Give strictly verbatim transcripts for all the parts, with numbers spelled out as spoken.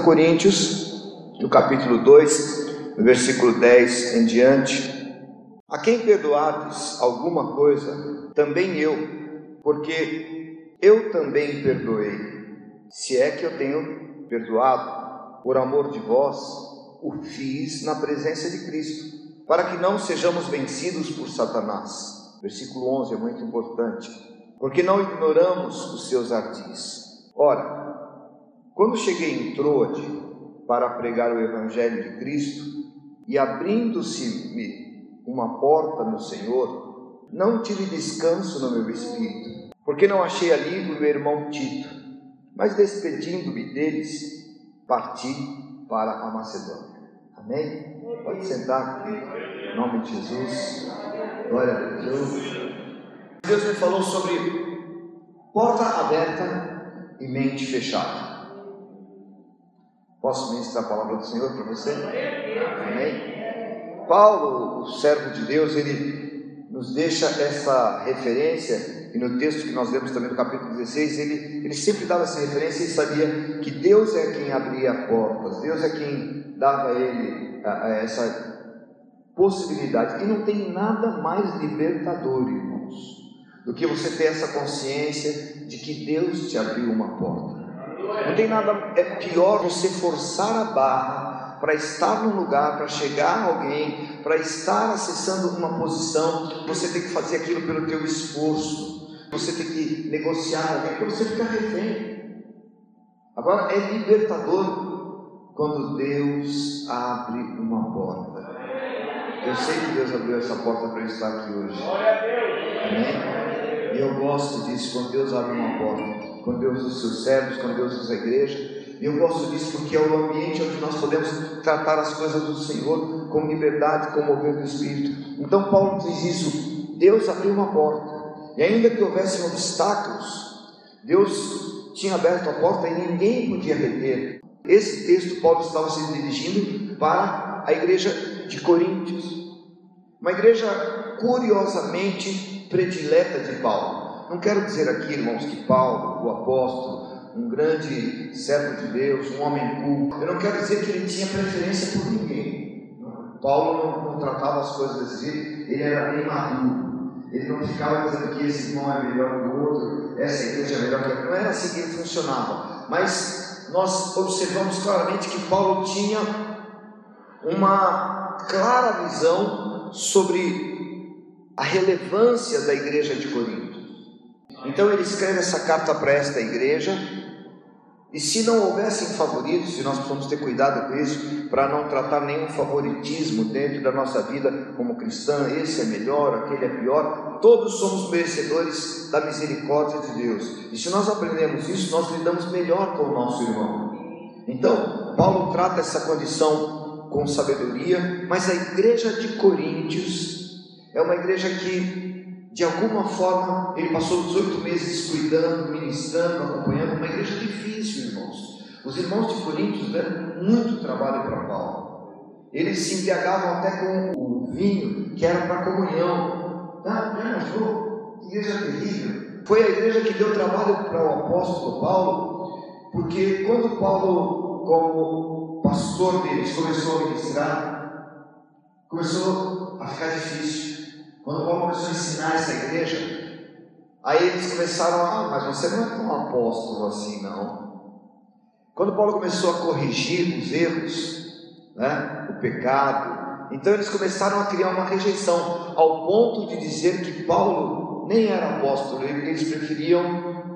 Coríntios, no capítulo dois, no versículo dez em diante: a quem perdoardes alguma coisa, também eu, porque eu também perdoei, se é que eu tenho perdoado, por amor de vós, o fiz na presença de Cristo, para que não sejamos vencidos por Satanás. Versículo onze é muito importante: porque não ignoramos os seus ardis. Ora, quando cheguei em Troade para pregar o Evangelho de Cristo, e abrindo-se-me uma porta no Senhor, não tive descanso no meu espírito, porque não achei alívio meu irmão Tito, mas despedindo-me deles, parti para a Macedônia. Amém? Pode sentar, em nome de Jesus. Glória a Deus. Deus me falou sobre porta aberta e mente fechada. Posso ministrar a palavra do Senhor para você? Amém? Paulo, o servo de Deus, ele nos deixa essa referência, e no texto que nós lemos também no capítulo dezesseis, ele, ele sempre dava essa referência e sabia que Deus é quem abria portas, Deus é quem dava a ele a, a essa possibilidade. E não tem nada mais libertador, irmãos, do que você ter essa consciência de que Deus te abriu uma porta. Não tem nada, é pior você forçar a barra para estar num lugar, para chegar a alguém, para estar acessando uma posição. Você tem que fazer aquilo pelo teu esforço, você tem que negociar alguém, para você ficar refém. Agora, é libertador quando Deus abre uma porta. Eu sei que Deus abriu essa porta para eu estar aqui hoje. Amém? E eu gosto disso, quando Deus abre uma porta, quando Deus usa os seus servos, quando Deus usa a igreja. E eu gosto disso porque é o ambiente onde nós podemos tratar as coisas do Senhor com liberdade, com o mover do Espírito. Então Paulo diz isso: Deus abriu uma porta, e ainda que houvessem obstáculos, Deus tinha aberto a porta e ninguém podia reter. Esse texto Paulo estava se dirigindo para a igreja de Coríntios, uma igreja curiosamente predileta de Paulo. Não quero dizer aqui, irmãos, que Paulo, o apóstolo, um grande servo de Deus, um homem culto, eu não quero dizer que ele tinha preferência por ninguém. Paulo não, não tratava as coisas desse jeito, ele era bem maduro, ele não ficava dizendo que esse irmão é melhor que o outro, essa igreja é melhor que a outra. Não era assim que ele funcionava, mas nós observamos claramente que Paulo tinha uma clara visão sobre a relevância da igreja de Corinto. Então ele escreve essa carta para esta igreja, e se não houvessem favoritos, e nós precisamos ter cuidado com isso, para não tratar nenhum favoritismo dentro da nossa vida como cristã, esse é melhor, aquele é pior, todos somos merecedores da misericórdia de Deus, e se nós aprendemos isso, nós lidamos melhor com o nosso irmão. Então, Paulo trata essa condição com sabedoria, mas a igreja de Coríntios é uma igreja que, de alguma forma, ele passou dezoito meses cuidando, ministrando, acompanhando. Uma igreja difícil, irmãos. Os irmãos de Coríntios deram muito trabalho para Paulo. Eles se embriagavam até com o vinho que era para comunhão. Ah, já imaginou? Que igreja terrível. Foi a igreja que deu trabalho para o apóstolo Paulo, porque quando Paulo, como pastor deles, começou a ministrar, começou a ficar difícil. Quando Paulo começou a ensinar essa igreja, aí eles começaram a, ah, mas você não é tão apóstolo assim, não. Quando Paulo começou a corrigir os erros, né, o pecado, então eles começaram a criar uma rejeição, ao ponto de dizer que Paulo nem era apóstolo, eles preferiam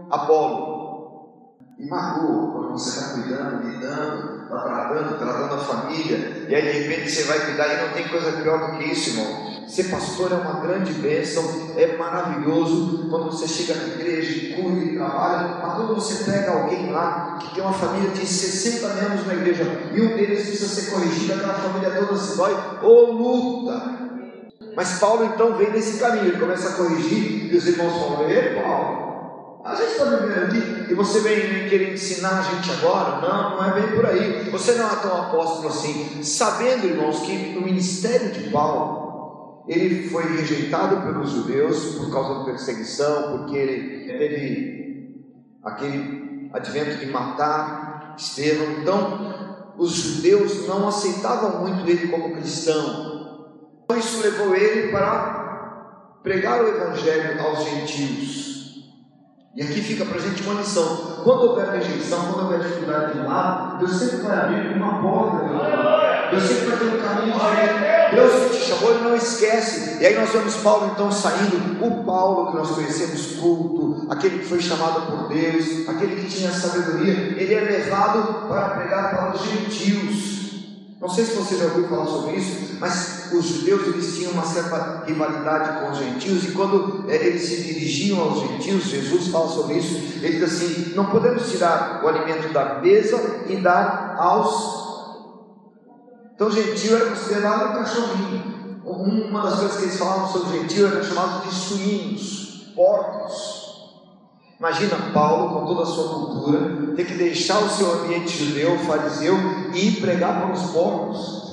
Apolo. E magoa, quando você está cuidando, lidando, está tratando, tratando a família, e aí de repente você vai cuidar, e não tem coisa pior do que isso, irmão. Ser pastor é uma grande bênção, é maravilhoso quando você chega na igreja, cuida e trabalha, mas quando você pega alguém lá que tem uma família de sessenta membros na igreja e um deles precisa ser corrigido, aquela família toda se dói ou luta. Mas Paulo então vem nesse caminho, ele começa a corrigir e os irmãos falam: ei Paulo, a gente está vivendo aqui e você vem querer ensinar a gente agora? Não, não é bem por aí, você não é tão apóstolo assim. Sabendo, irmãos, que o ministério de Paulo, ele foi rejeitado pelos judeus por causa da perseguição, porque ele teve aquele advento de matar Estevão. Então, os judeus não aceitavam muito ele como cristão. Isso levou ele para pregar o evangelho aos gentios. E aqui fica para a gente uma lição: quando houver rejeição, quando houver dificuldade de um lado, Deus sempre vai abrir uma porta do outro lado. Deus sempre vai ter um caminho diferente. Deus que te chamou, Ele não esquece. E aí nós vemos Paulo então saindo, o Paulo que nós conhecemos, culto, aquele que foi chamado por Deus, aquele que tinha sabedoria, ele é levado para pregar para os gentios. Não sei se você já ouviu falar sobre isso, mas os judeus eles tinham uma certa rivalidade com os gentios, e quando é, eles se dirigiam aos gentios, Jesus fala sobre isso, ele diz assim: não podemos tirar o alimento da mesa e dar aos... Então gentio era considerado um cachorrinho. Uma das coisas que eles falavam sobre gentio era chamado de suínos, porcos. Imagina Paulo, com toda a sua cultura, ter que deixar o seu ambiente judeu, fariseu, e ir pregar para os porcos.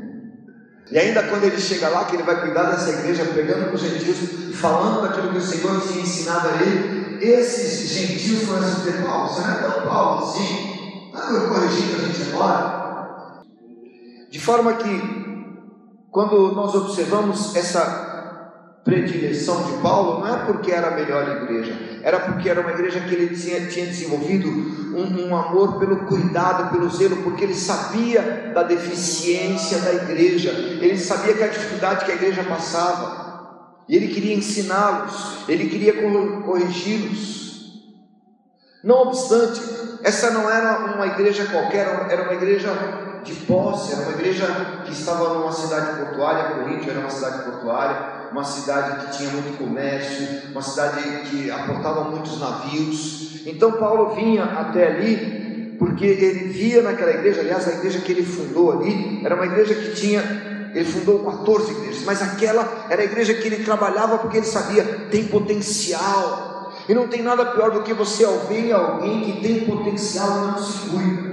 E ainda quando ele chega lá, que ele vai cuidar dessa igreja, pregando para os gentios, falando daquilo que o Senhor tinha ensinado a ele, esses gentios começam a dizer: Paulo, você não é tão Paulo assim, está corrigindo a gente agora? De forma que, quando nós observamos essa predileção de Paulo, não é porque era a melhor igreja, era porque era uma igreja que ele tinha, tinha desenvolvido um, um amor pelo cuidado, pelo zelo, porque ele sabia da deficiência da igreja, ele sabia que a dificuldade que a igreja passava, e ele queria ensiná-los, ele queria corrigi-los. Não obstante, essa não era uma igreja qualquer, era uma igreja de posse, era uma igreja que estava numa cidade portuária. Corinto era uma cidade portuária, uma cidade que tinha muito comércio, uma cidade que aportava muitos navios. Então Paulo vinha até ali porque ele via naquela igreja, aliás a igreja que ele fundou ali, era uma igreja que tinha, ele fundou quatorze igrejas, mas aquela era a igreja que ele trabalhava porque ele sabia, tem potencial. E não tem nada pior do que você ouvir alguém que tem potencial e não se cuida.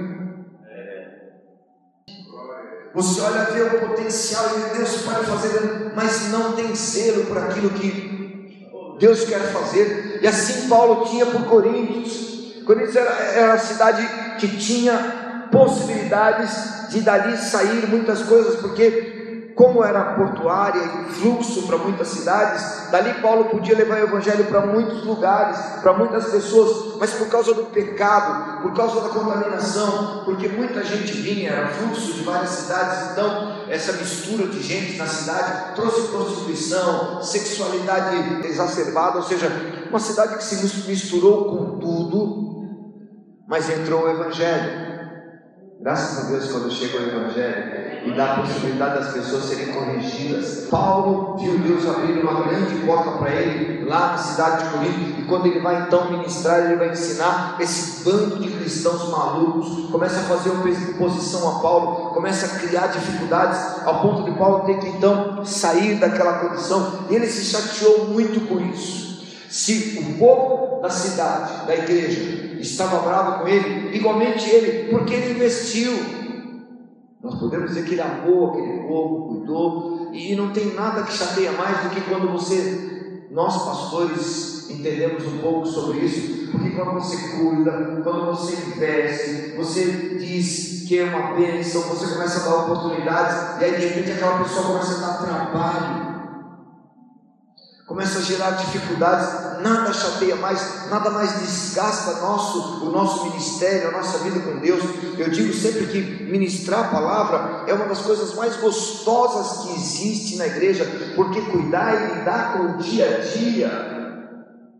Você olha, vê o potencial e Deus pode fazer, mas não tem zelo por aquilo que Deus quer fazer. E assim Paulo tinha por Coríntios. Coríntios era, era a cidade que tinha possibilidades de dali sair muitas coisas, porque como era portuária e fluxo para muitas cidades, dali Paulo podia levar o evangelho para muitos lugares, para muitas pessoas, mas por causa do pecado, por causa da contaminação, porque muita gente vinha, era fluxo de várias cidades, então essa mistura de gente na cidade trouxe prostituição, sexualidade exacerbada, ou seja, uma cidade que se misturou com tudo, mas entrou o evangelho. Graças a Deus, quando chega o evangelho e dá a possibilidade das pessoas serem corrigidas. Paulo viu Deus abrir uma grande porta para ele lá na cidade de Corinto, e quando ele vai então ministrar, ele vai ensinar esse bando de cristãos malucos, começa a fazer oposição a Paulo, começa a criar dificuldades, ao ponto de Paulo ter que então sair daquela condição, e ele se chateou muito com isso. Se o povo da cidade, da igreja, estava bravo com ele, igualmente ele, porque ele investiu. Nós podemos dizer que ele amou aquele povo, cuidou, e não tem nada que chateia mais do que quando você, nós pastores, entendemos um pouco sobre isso, porque quando você cuida, quando você investe, você diz que é uma bênção, você começa a dar oportunidades, e aí de repente aquela pessoa começa a dar trabalho, começa a gerar dificuldades, nada chateia mais, nada mais desgasta nosso, o nosso ministério, a nossa vida com Deus. Eu digo sempre que ministrar a palavra é uma das coisas mais gostosas que existe na igreja, porque cuidar e lidar com o dia a dia.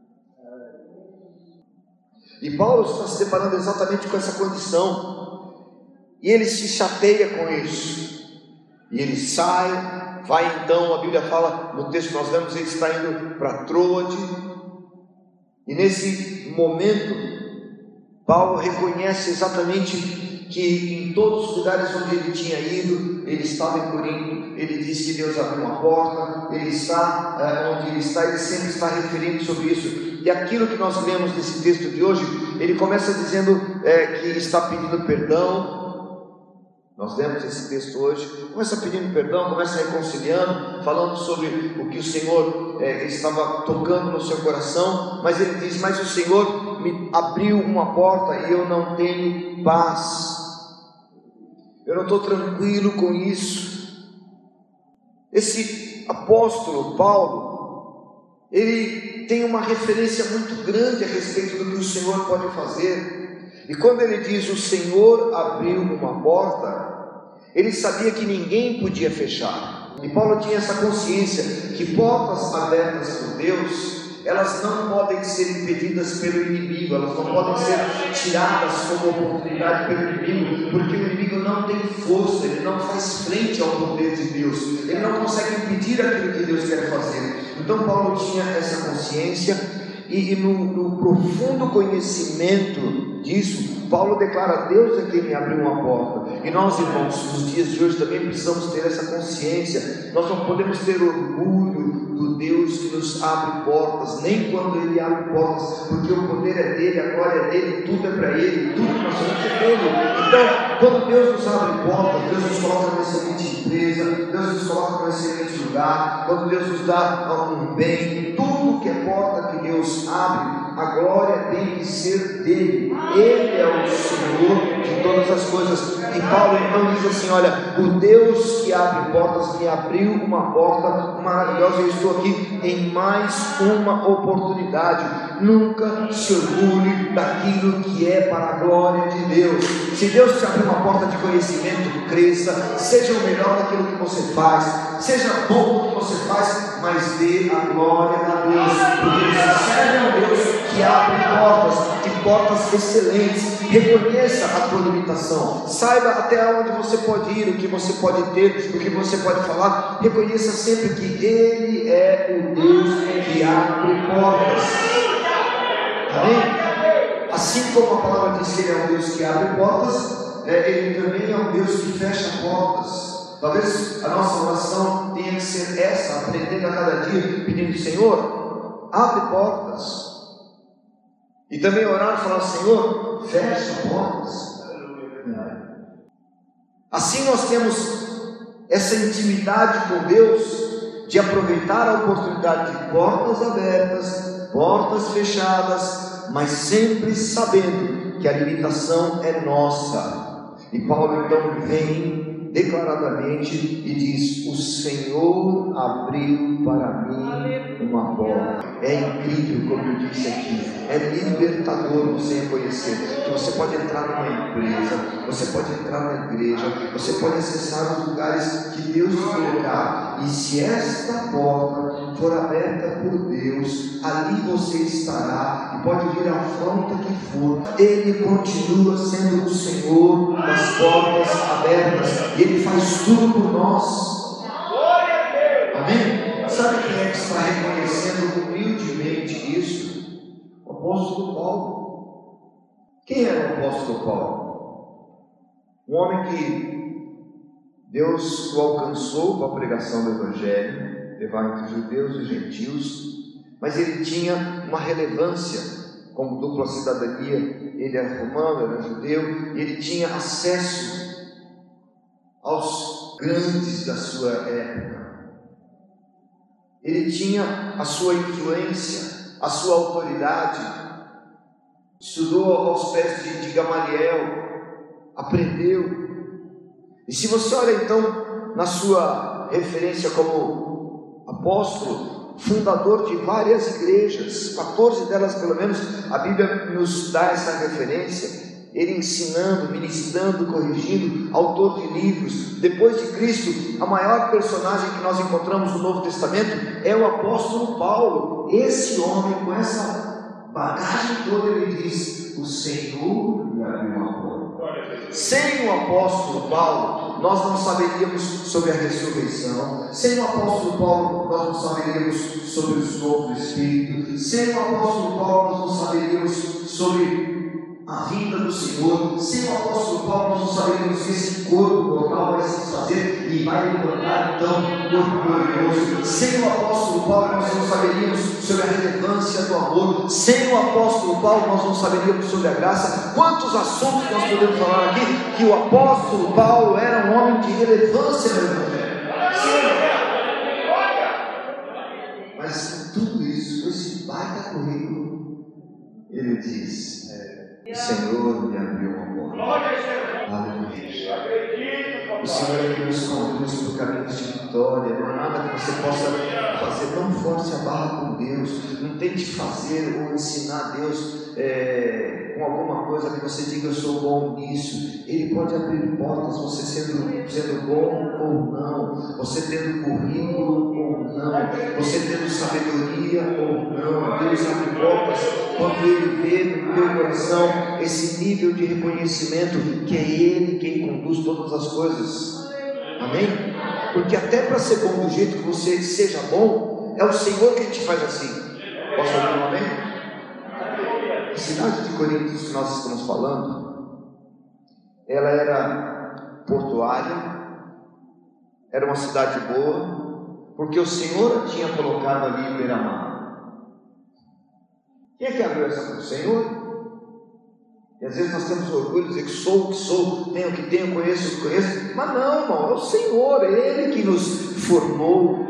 E Paulo está se deparando exatamente com essa condição, e ele se chateia com isso, e ele sai. Vai então, a Bíblia fala, no texto que nós lemos, ele está indo para Troade, e nesse momento, Paulo reconhece exatamente que em todos os lugares onde ele tinha ido, ele estava em Corinto, ele diz que Deus abriu uma porta, ele está é, onde ele está, ele sempre está referindo sobre isso, e aquilo que nós lemos nesse texto de hoje, ele começa dizendo é, que está pedindo perdão, Nós lemos esse texto hoje, começa pedindo perdão, começa reconciliando, falando sobre o que o Senhor é, estava tocando no seu coração, mas ele diz: mas o Senhor me abriu uma porta e eu não tenho paz, eu não estou tranquilo com isso. Esse apóstolo Paulo, ele tem uma referência muito grande a respeito do que o Senhor pode fazer. E quando ele diz: o Senhor abriu uma porta, ele sabia que ninguém podia fechar. E Paulo tinha essa consciência que portas abertas por Deus, elas não podem ser impedidas pelo inimigo, elas não podem ser tiradas como oportunidade pelo inimigo, porque o inimigo não tem força, ele não faz frente ao poder de Deus, ele não consegue impedir aquilo que Deus quer fazer. Então Paulo tinha essa consciência, e, e no, no profundo conhecimento disso, Paulo declara: Deus é quem me abriu uma porta. E nós, irmãos, nos dias de hoje também precisamos ter essa consciência. Nós não podemos ter orgulho do Deus que nos abre portas, nem quando Ele abre portas, porque o poder é dele, a glória é dele, tudo é para Ele, tudo que nós somos é dele. Então, quando Deus nos abre portas, Deus nos coloca numa excelente empresa, Deus nos coloca num excelente lugar, quando Deus nos dá um bem, tudo que é porta que Deus abre, a glória tem que ser dele. Ele é o Senhor de todas as coisas. E Paulo então diz assim: olha, o Deus que abre portas me abriu uma porta maravilhosa. Eu estou aqui em mais uma oportunidade. Nunca se orgulhe daquilo que é para a glória de Deus. Se Deus te abrir uma porta de conhecimento, cresça, seja o melhor daquilo que você faz, seja bom no que você faz, mas dê a glória a Deus, porque você serve a Deus que abre portas, de portas excelentes. Reconheça a tua limitação, saiba até onde você pode ir, o que você pode ter, o que você pode falar. Reconheça sempre que Ele é o Deus que abre portas. Amém? Assim como a palavra diz que Ele é um Deus que abre portas, é, Ele também é um Deus que fecha portas. Talvez a nossa oração tenha que ser essa, aprendendo a cada dia, pedindo: Senhor, abre portas. E também orar e falar: Senhor, fecha portas. Assim nós temos essa intimidade com Deus, de aproveitar a oportunidade de portas abertas, portas fechadas, mas sempre sabendo que a limitação é nossa. E Paulo então vem declaradamente e diz: o Senhor abriu para mim uma porta. É incrível, como eu disse aqui, é libertador você reconhecer que você pode entrar numa empresa, você pode entrar na igreja, você pode acessar os lugares que Deus colocar, e se esta porta for aberta por Deus, ali você estará, e pode vir a afronta que for, Ele continua sendo o Senhor das portas abertas, e Ele faz tudo por nós. Amém? Sabe quem é que está reconhecendo humildemente isso? O apóstolo Paulo. Quem era o apóstolo Paulo? Um homem que Deus o alcançou com a pregação do Evangelho, levar entre judeus e gentios, mas ele tinha uma relevância como dupla cidadania. Ele era romano, era judeu, e ele tinha acesso aos grandes da sua época. Ele tinha a sua influência, a sua autoridade. Estudou aos pés de, de Gamaliel, aprendeu. E se você olha então na sua referência como apóstolo, fundador de várias igrejas, quatorze delas pelo menos, a Bíblia nos dá essa referência. Ele ensinando, ministrando, corrigindo, autor de livros. Depois de Cristo, a maior personagem que nós encontramos no Novo Testamento é o apóstolo Paulo. Esse homem, com essa bagagem toda, ele diz: o Senhor me abriu uma porta. Sem o apóstolo Paulo, nós não saberíamos sobre a ressurreição. Sem o apóstolo Paulo, nós não saberíamos sobre os dons do Espírito. Sem o apóstolo Paulo, nós não saberíamos sobre a vinda do Senhor. Sem o apóstolo Paulo, nós não saberíamos que esse corpo mortal vai se desfazer e vai levantar então o corpo glorioso. Sem o apóstolo Paulo, nós não saberíamos sobre a relevância do amor. Sem o apóstolo Paulo, nós não saberíamos sobre a graça. Quantos assuntos nós podemos falar aqui que o apóstolo Paulo era um homem de relevância no Evangelho. Mas com tudo isso, com esse baita currículo, ele diz: o Senhor me abriu uma porta. Aleluia. O Senhor é que nos conduz por caminhos de vitória. Não há nada que você possa fazer. Não force a barra com Deus. Não tente fazer ou ensinar a Deus é, com alguma coisa que você diga: eu sou bom nisso. Ele pode abrir portas, você sendo, sendo bom ou não, você tendo currículo ou não, você tendo sabedoria ou não. Deus abre portas quando Ele vê no teu coração esse nível de reconhecimento que é Ele quem conduz todas as coisas. Amém? Porque até para ser bom do jeito que você seja bom, é o Senhor quem te faz assim. Posso ouvir um amém? A cidade de Corinto que nós estamos falando, ela era portuária, era uma cidade boa, porque o Senhor a tinha colocado ali em beira-mar. Quem é que abriu essa porta? O Senhor. E às vezes nós temos orgulho de dizer que sou o que sou, tenho o que tenho, conheço o que conheço. Mas não, irmão, é o Senhor, é Ele que nos formou.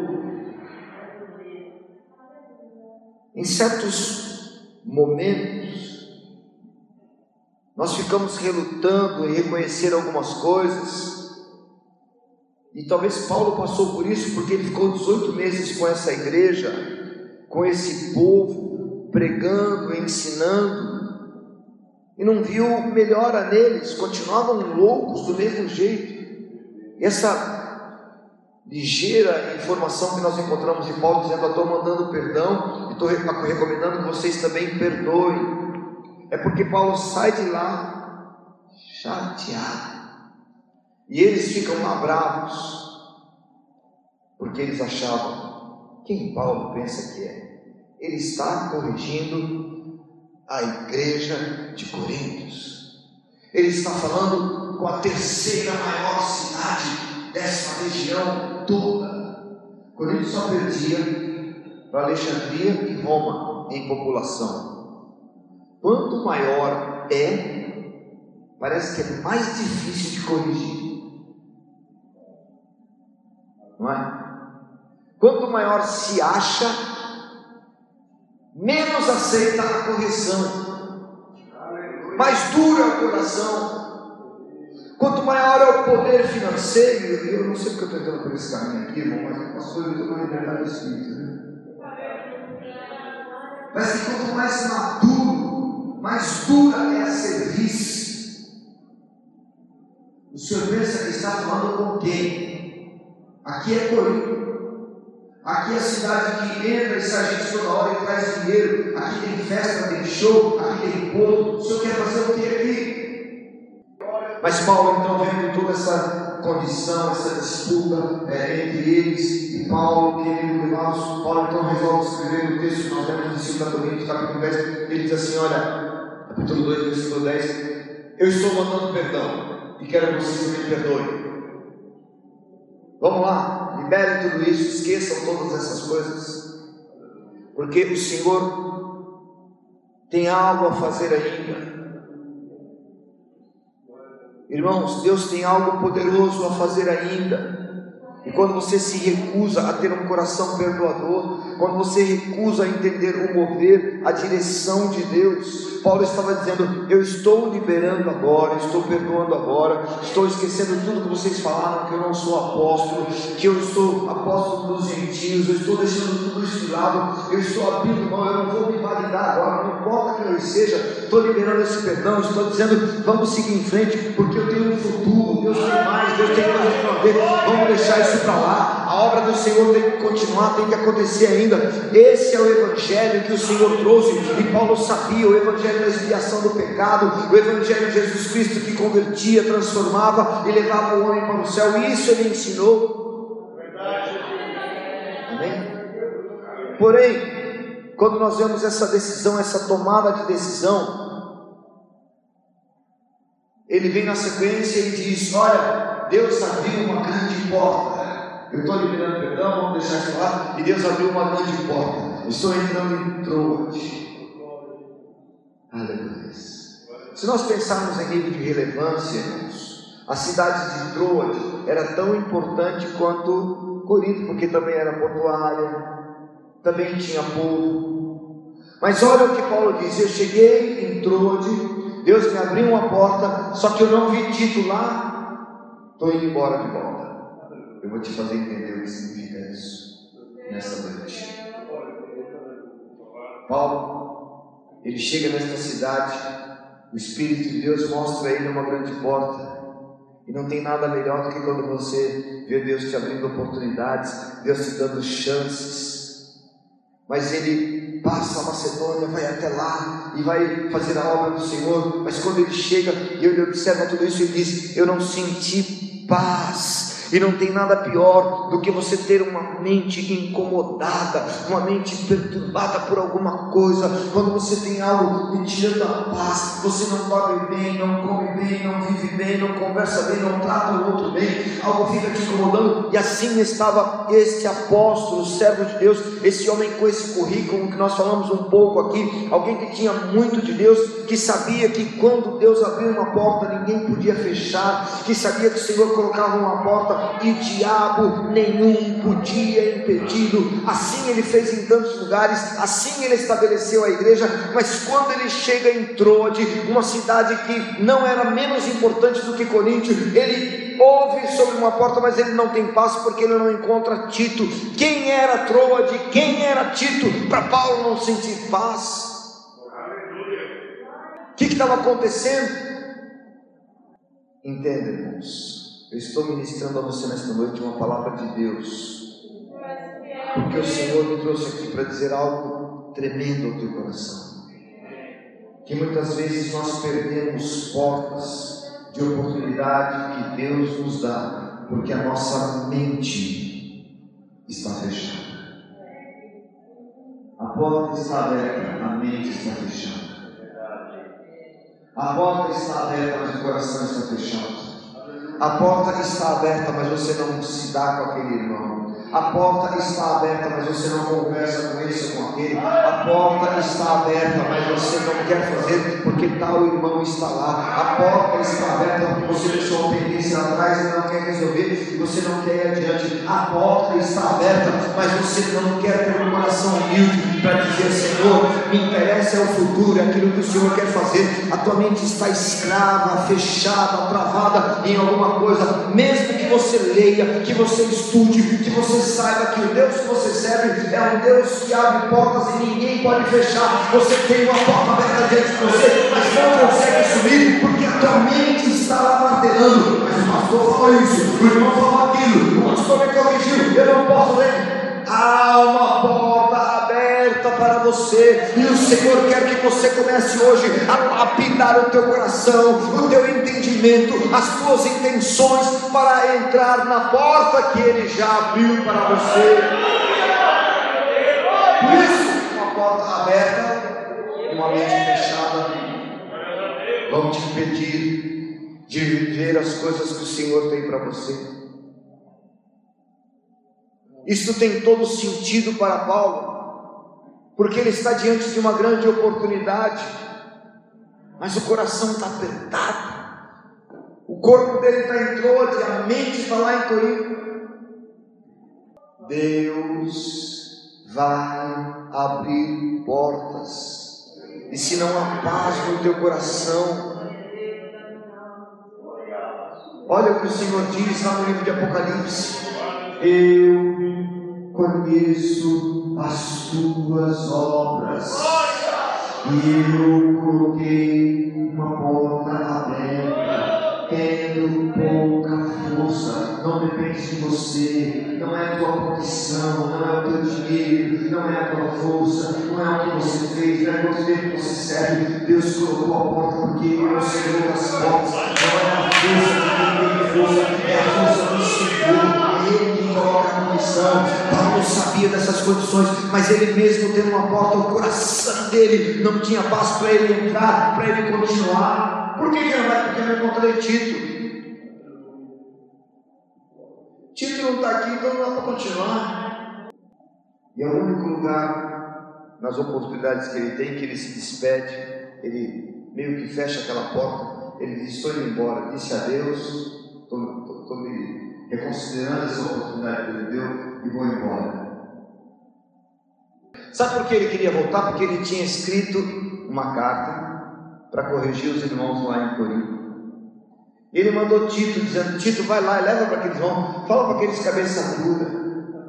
Em certos momentos, nós ficamos relutando em reconhecer algumas coisas. E talvez Paulo passou por isso, porque ele ficou dezoito meses com essa igreja, com esse povo, pregando, ensinando, e não viu melhora neles, continuavam loucos do mesmo jeito. E essa ligeira informação que nós encontramos em Paulo, dizendo: eu estou mandando perdão, e estou recomendando que vocês também perdoem, é porque Paulo sai de lá chateado, e eles ficam lá bravos, porque eles achavam: quem Paulo pensa que é? Ele está corrigindo a igreja de Coríntios. Ele está falando com a terceira maior cidade dessa região toda. Coríntios só perdia para Alexandria e Roma em população. Quanto maior é, parece que é mais difícil de corrigir, não é? Quanto maior se acha, menos aceita a correção, mais duro é o coração. Quanto maior é o poder financeiro, eu não sei porque eu estou entrando por esse caminho aqui, irmão, mas as coisas estão na liberdade do Espírito, né? Mas que quanto mais maduro, mais dura é a serviço. O Senhor pensa que está falando com quem? Aqui é Corinto. Aqui é a cidade que entra e sai gente toda hora e traz dinheiro. Aqui tem festa, tem show, aqui tem povo. O Senhor quer fazer o que aqui? Mas Paulo, então, vendo toda essa condição, essa disputa é, entre eles e Paulo, querendo levá-los, Paulo então resolve escrever no texto que nós lemos em dois Coríntios, capítulo dez. Ele diz assim: olha, capítulo dois, versículo dez: eu estou mandando perdão e quero que vocês também perdoem. Vamos lá, liberem tudo isso, esqueçam todas essas coisas, porque o Senhor tem algo a fazer ainda. Irmãos, Deus tem algo poderoso a fazer ainda. E quando você se recusa a ter um coração perdoador, quando você recusa a entender o mover, a direção de Deus, Paulo estava dizendo: eu estou liberando agora, estou perdoando agora, estou esquecendo tudo que vocês falaram, que eu não sou apóstolo, que eu estou apóstolo dos gentios, eu estou deixando tudo isso de lado, eu estou abrindo mão, eu não vou me validar agora, não importa quem eu seja, estou liberando esse perdão, estou dizendo: vamos seguir em frente, porque eu tenho um futuro, Deus tem mais, Deus tem coisas para ver, vamos deixar isso para lá. A obra do Senhor tem que continuar, tem que acontecer ainda. Esse é o evangelho que o Senhor trouxe, e Paulo sabia: o evangelho da expiação do pecado, o evangelho de Jesus Cristo que convertia, transformava e levava o homem para o céu. Isso ele ensinou. Amém? Porém, quando nós vemos essa decisão, essa tomada de decisão, ele vem na sequência e diz: olha, Deus abriu uma grande porta. Eu estou liberando perdão, vamos deixar isso lá. E Deus abriu uma grande porta. Estou entrando em Troade. Aleluia. Se nós pensarmos em nível de relevância, irmãos, a cidade de Troade era tão importante quanto Corinto, porque também era portuária, também tinha povo. Mas olha o que Paulo diz: eu cheguei em Troade, Deus me abriu uma porta, só que eu não vi Tito lá, estou indo embora de volta. Eu vou te fazer entender o que significa isso nessa noite. Paulo, ele chega nesta cidade, o Espírito de Deus mostra a ele uma grande porta. E não tem nada melhor do que quando você vê Deus te abrindo oportunidades, Deus te dando chances. Mas ele passa a Macedônia, vai até lá e vai fazer a obra do Senhor. Mas quando ele chega e ele observa tudo isso, ele diz: eu não senti paz. E não tem nada pior do que você ter uma mente incomodada, uma mente perturbada por alguma coisa. Quando você tem algo lhe tirando a paz, você não dorme bem, não come bem, não vive bem, não conversa bem, não trata o outro bem, algo fica te incomodando. E assim estava este apóstolo, servo de Deus, esse homem com esse currículo que nós falamos um pouco aqui, alguém que tinha muito de Deus, que sabia que quando Deus abriu uma porta, ninguém podia fechar, que sabia que o Senhor colocava uma porta e diabo nenhum podia impedi-lo. Assim ele fez em tantos lugares, assim ele estabeleceu a igreja. Mas quando ele chega em Troade, uma cidade que não era menos importante do que Corinto, ele ouve sobre uma porta, mas ele não tem paz porque ele não encontra Tito. Quem era Troade? Quem era Tito para Paulo não sentir paz? O que estava acontecendo? Entenda, irmãos, eu estou ministrando a você nesta noite uma palavra de Deus, porque o Senhor me trouxe aqui para dizer algo tremendo ao teu coração. Que muitas vezes nós perdemos portas de oportunidade que Deus nos dá, porque a nossa mente está fechada. A porta está aberta, a mente está fechada. A porta está aberta, mas o coração está fechado. A porta está aberta, mas você não se dá com aquele irmão. A porta está aberta, mas você não conversa com esse ou com aquele. A porta está aberta, mas você não quer fazer porque tal irmão está lá. A porta está aberta porque você deixou uma pendência atrás e não quer resolver, e você não quer ir adiante. A porta está aberta, mas você não quer ter um coração humilde para dizer: Senhor, me interessa é o futuro, é aquilo que o Senhor quer fazer. A tua mente está escrava, fechada, travada em alguma coisa. Mesmo que você leia, que você estude, que você saiba que o Deus que você serve é um Deus que abre portas e ninguém pode fechar. Você tem uma porta aberta diante de você, mas não consegue subir porque a tua mente está lá martelando. Mas o pastor falou isso, o irmão falou aquilo, o pastor me corrigiu, eu não posso ler. Há uma porta aberta para você, e o Senhor quer que você comece hoje a lapidar o teu coração, o teu entendimento, as tuas intenções para entrar na porta que Ele já abriu para você. Por isso, uma porta aberta, uma mente fechada, vão te impedir de viver as coisas que o Senhor tem para você. Isso tem todo sentido para Paulo, porque ele está diante de uma grande oportunidade, mas o coração está apertado, o corpo dele está em Troade, a mente está lá em Corinto. Deus vai abrir portas, e se não há paz no teu coração, olha o que o Senhor diz lá no livro de Apocalipse: eu conheço as tuas obras, e eu coloquei uma porta aberta, tendo pouca força. Não depende de você, não é a tua condição, não é o teu dinheiro, não é a tua força, não é o que você fez, não é quanto tempo você serve. Deus colocou a porta porque Ele é o Senhor das portas. Não é a força de quem tem força, é a força do Senhor. Ele que coloca a condição. Paulo sabia dessas condições, mas ele mesmo tendo uma porta, o coração dele não tinha paz para ele entrar, para ele continuar. Por que, que não vai? Porque eu não encontrei Tito. Tito não está aqui, então não dá para continuar. E é o único lugar, nas oportunidades que ele tem, que ele se despede, ele meio que fecha aquela porta, ele diz: estou indo embora, disse adeus, estou me reconsiderando essa oportunidade que ele deu e vou embora. Sabe por que ele queria voltar? Porque ele tinha escrito uma carta para corrigir os irmãos lá em Corinto. Ele mandou Tito, dizendo: Tito, vai lá e leva para aqueles irmãos, fala para aqueles cabeça dura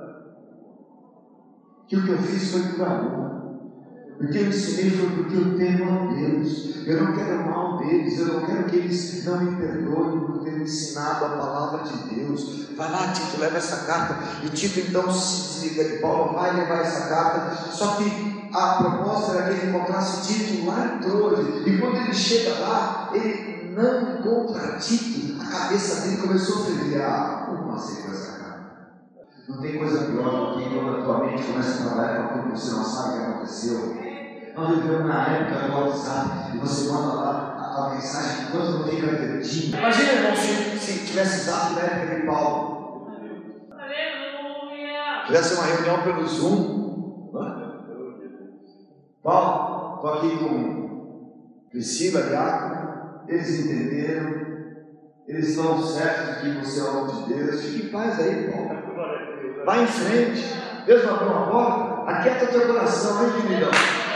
que o que eu fiz foi por amor. O que eu ensinei foi porque eu temo a Deus. Eu não quero mal deles, eu não quero que eles não me perdoem por ter ensinado a palavra de Deus. Vai lá, Tito, leva essa carta. E Tito então se desliga de Paulo, vai levar essa carta. Só que a proposta era que ele encontrasse Tito lá em Troade. E quando ele chega lá, ele não encontra Tito. A cabeça dele começou a ferver. Ah, como assim com essa carta? Não tem coisa pior do que quando a tua mente começa a trabalhar com aquilo que você não sabe o que aconteceu. Nós vivemos na época do WhatsApp e você manda lá a, a mensagem enquanto não tem cartetinho. Imagina, irmão, se, se tivesse Zap na época de Paulo. Aleluia! Tivesse uma reunião pelo Zoom. Né? Paulo, estou aqui com Priscila, Diácono, eles entenderam, eles estão certos de que você é o homem de Deus. Fique em paz aí, Paulo. Vai em frente. Deus vai abrir uma porta. Aquieta teu coração, hein, queridão?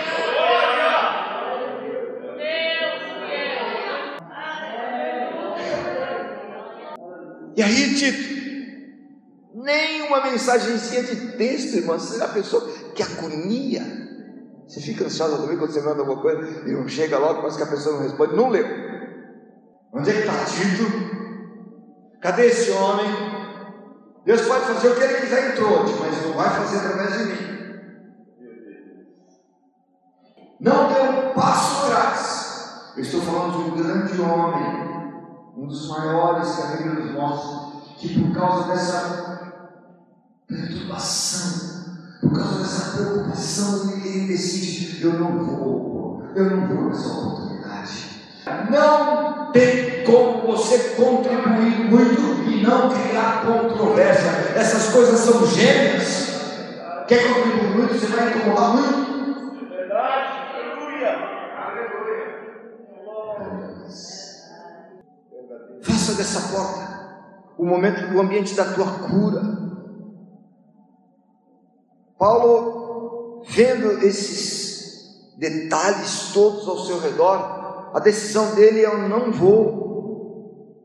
E aí, Tito, nem uma mensagenzinha de texto, irmão. Você já pensou que agonia? Você fica ansioso também quando você manda alguma coisa e não chega logo, parece que a pessoa não responde. Não leu. Onde é que está Tito? Cadê esse homem? Deus pode fazer o que ele quiser em Troade, mas não vai fazer através de mim. Não dê um passo atrás. Eu estou falando de um grande homem, um dos maiores que a Bíblia nos mostra, que por causa dessa perturbação, por causa dessa preocupação, ele decide: eu não vou, eu não vou nessa oportunidade. Não tem como você contribuir muito e não criar controvérsia. Essas coisas são gêmeas. Quer contribuir muito, você vai incomodar muito. Verdade, aleluia, aleluia. Faça dessa porta o momento, o ambiente da tua cura. Paulo, vendo esses detalhes todos ao seu redor, a decisão dele é: eu não vou.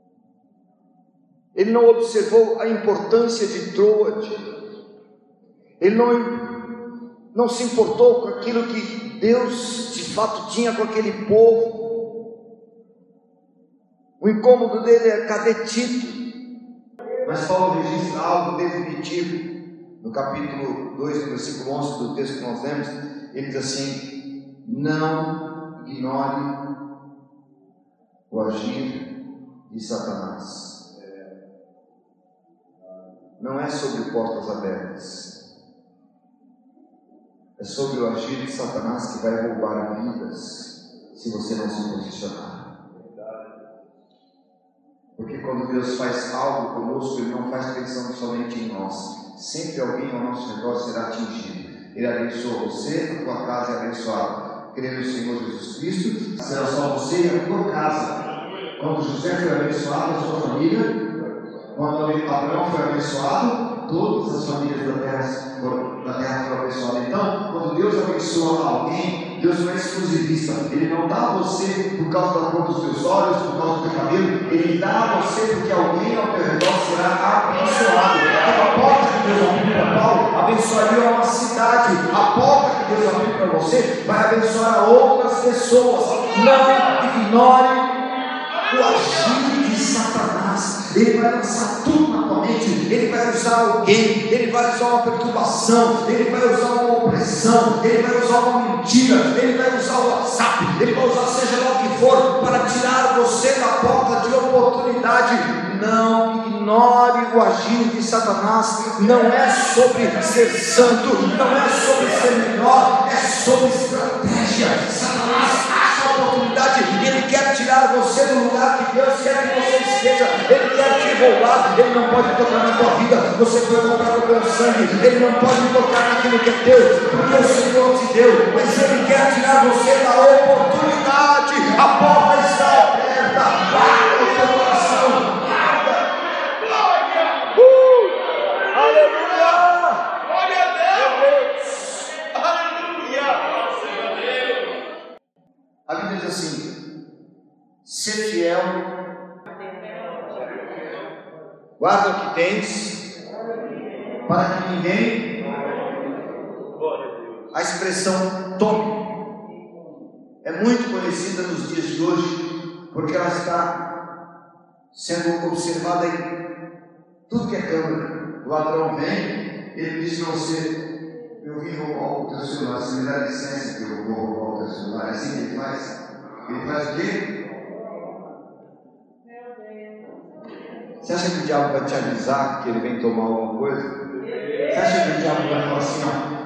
Ele não observou a importância de Troade. Ele não, não se importou com aquilo que Deus de fato tinha com aquele povo. O incômodo dele é: cadê Tito? Mas Paulo registra algo definitivo. No capítulo dois, no versículo onze do texto que nós lemos, ele diz assim: não ignore o agir de Satanás. Não é sobre portas abertas, é sobre o agir de Satanás que vai roubar vidas se você não se posicionar. Porque quando Deus faz algo conosco, Ele não faz pensando somente em nós. Sempre alguém ao nosso redor será atingido. Ele abençoa você, a tua casa é abençoada. Creio no Senhor Jesus Cristo, será só você e a tua casa. Quando José foi abençoado, a sua família, quando Abraão foi abençoado, todas as famílias da terra foram, da terra foram abençoadas. Então, quando Deus abençoa alguém, Deus não é exclusivista. Ele não dá a você por causa da cor dos teus olhos, por causa do teu cabelo. Ele dá a você porque alguém ao teu redor será abençoado. A porta que Deus abriu para Paulo abençoaria uma cidade. A porta que Deus abriu para você vai abençoar outras pessoas. Não ignore o agir de Satanás. Ele vai lançar tudo na tua mente. Ele vai usar alguém, ele vai usar uma perturbação, ele vai usar uma opressão, ele vai usar uma mentira, ele vai usar o WhatsApp, ele vai usar seja lá o que for para tirar você da porta de oportunidade. Não ignore o agir de Satanás. Não é sobre ser santo, não é sobre ser melhor, é sobre estratégia. Satanás acha a oportunidade e ele quer tirar roubar, ele não pode tocar na tua vida. Você foi comprado com sangue, ele não pode tocar naquilo que é teu, porque o Senhor te deu, mas ele quer tirar você da oportunidade. A porta está aberta, guarda o teu coração, guarda. Uh, aleluia! Glória a Deus! Aleluia! A Bíblia diz assim: ser fiel, guarda o que tens, para que ninguém. A expressão tome é muito conhecida nos dias de hoje, porque ela está sendo observada em tudo que é câmera. O ladrão vem, ele diz para você: eu vim roubar o teu celular, você me dá licença que eu vou roubar o teu celular. É assim que ele faz? Ele faz o quê? Você acha que o diabo vai te avisar que ele vem tomar alguma coisa? Você acha que o diabo vai falar assim, ó?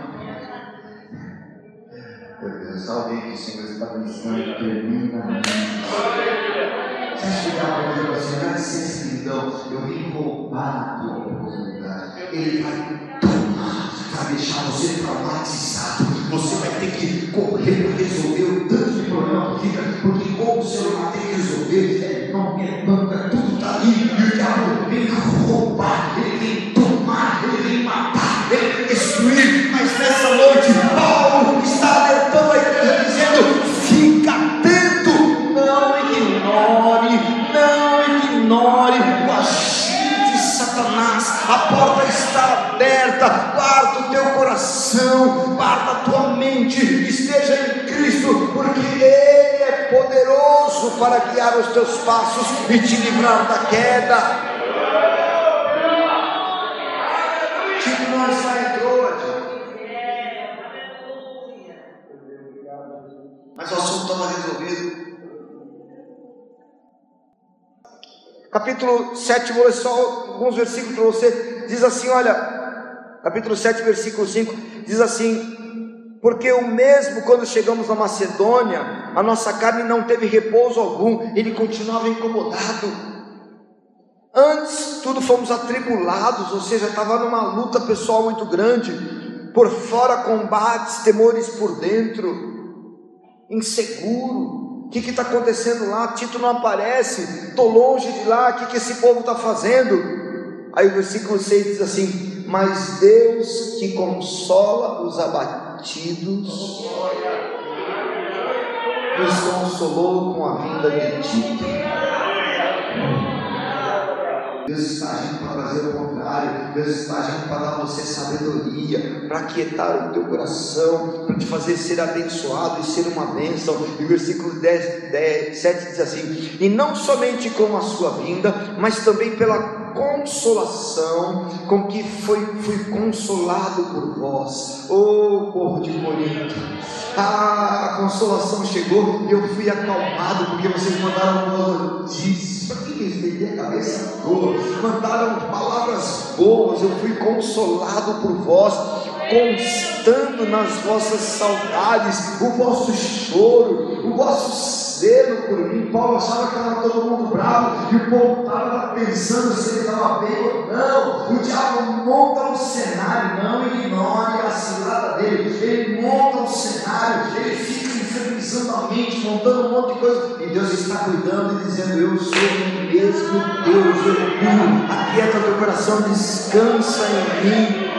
Meu Deus, só alguém que o Senhor está ministrando termina. Você acha que o diabo vai dizer assim, dá licença, queridão, eu vim roubar a tua oportunidade. Ele vai tomar, vai deixar você traumatizado. Você vai ter que correr para resolver o tanto de problema que fica, porque como o Senhor vai ter que resolver, é não é banca, tudo está ali, e o diabo vem roubar, ele vem tomar, ele vem matar, ele vem destruir. Mas nessa noite, Paulo está alertando a igreja, dizendo: fica atento, não ignore, não ignore o agir de Satanás. A porta está aberta, guarda o teu coração, guarda a tua mente, esteja em Cristo, porque Ele é poderoso para guiar os teus passos e te livrar da queda. Tipo, não está entrou, mas o assunto estava resolvido. Capítulo sete, vou ler só alguns versículos para você. Diz assim, olha, capítulo sete, versículo cinco, diz assim: porque o mesmo quando chegamos na Macedônia, a nossa carne não teve repouso algum, ele continuava incomodado. Antes, tudo fomos atribulados, ou seja, estava numa luta pessoal muito grande, por fora combates, temores por dentro, inseguro. O que está acontecendo lá? Tito não aparece, estou longe de lá, o que, que esse povo está fazendo? Aí o versículo seis diz assim: mas Deus que consola os abatidos, nos consolou com a vinda de Tito. Deus está agindo para trazer o contrário. Deus está agindo para dar a você sabedoria, para aquietar o teu coração, para te fazer ser abençoado e ser uma bênção. E o versículo dez, dez, sete diz assim: e não somente com a sua vinda, mas também pela consolação com que foi, fui consolado por vós, ô povo de Corinto. Ah, a consolação chegou e eu fui acalmado, porque vocês mandaram boas notícias. Para que eles perderam a cabeça toda? Mandaram palavras boas, eu fui consolado por vós, constando nas vossas saudades, o vosso choro, o vosso zelo por mim. Paulo achava que estava todo mundo bravo, e o povo estava pensando se ele estava bem ou não. O diabo monta um cenário, não ignore a cilada dele. Ele monta um cenário, ele fica infernizando a mente, montando um monte de coisa, e Deus está cuidando e dizendo: eu sou o mesmo Deus, eu curo, aquieta teu coração, descansa em mim.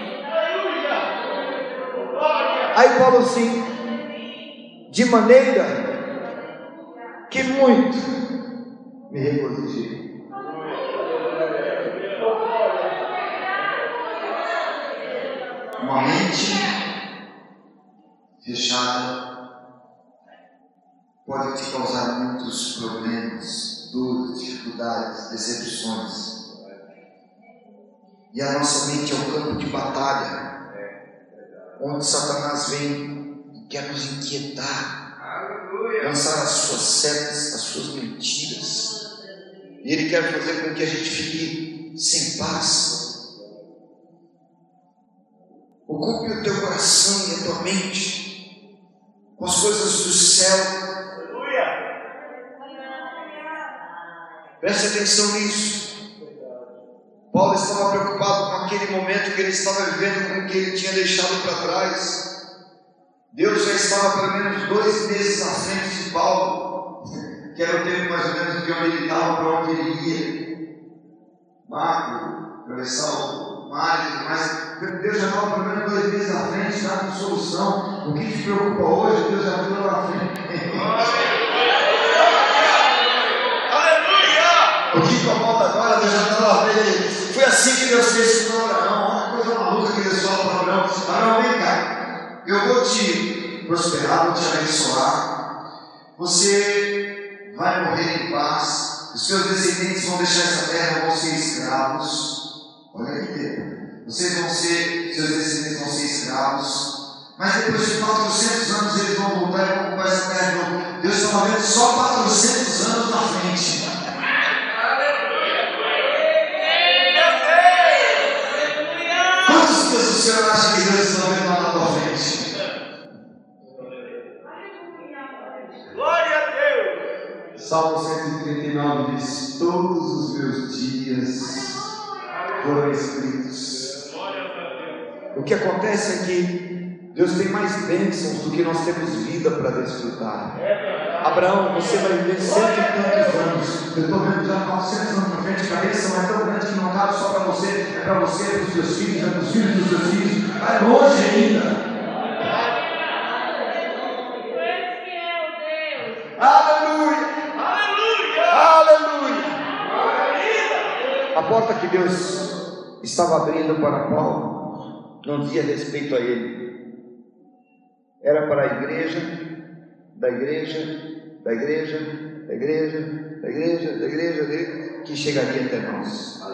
Aí Paulo assim, de maneira que muito me regozijei. Uma mente fechada pode te causar muitos problemas, dores, dificuldades, decepções. E a nossa mente é um campo de batalha, onde Satanás vem e quer nos inquietar, lançar as suas setas, as suas mentiras, e ele quer fazer com que a gente fique sem paz. Ocupe o teu coração e a tua mente com as coisas do céu. Preste atenção nisso. Paulo estava preocupado com aquele momento que ele estava vivendo, com o que ele tinha deixado para trás. Deus já estava pelo menos dois meses à frente de Paulo, que era o tempo mais ou menos de onde ele estava, para onde ele ia. Marco, atravessar o mar e tudo mais. Deus já estava pelo menos dois meses à frente, já com solução. O que te preocupa hoje, Deus já viu lá na frente. O que incomoda agora, Deus já está lá frente. Foi assim que Deus fez com Abraão. Olha que coisa maluca que Deus fala para Abraão. Abraão, vem cá, eu vou te prosperar, vou te abençoar. Você vai morrer em paz. Os seus descendentes vão deixar essa terra, vão ser escravos. Olha que tempo. Vocês vão ser, seus descendentes vão ser escravos. Mas depois de quatrocentos anos eles vão voltar e vão ocupar essa terra de novo. Deus estava vendo só quatrocentos anos na frente. Quantos dias o Senhor acha que Deus está vendo lá na tua frente? Glória a Deus! Salmo cento e trinta e nove diz: todos os meus dias foram escritos. O que acontece é que Deus tem mais bênçãos do que nós temos vida para desfrutar. Abraão, você vai viver cento e tantos anos. Eu estou vendo já quatrocentos anos na frente. A bênção é tão grande que não cabe só para você, é para você, é para os seus filhos, é para os filhos dos seus filhos. Vai longe ainda. Aleluia! Aleluia! Aleluia! A porta que Deus estava abrindo para Paulo não dizia respeito a ele. Era para a igreja, da igreja, da igreja, da igreja, da igreja, da igreja, da igreja, que chegaria até nós.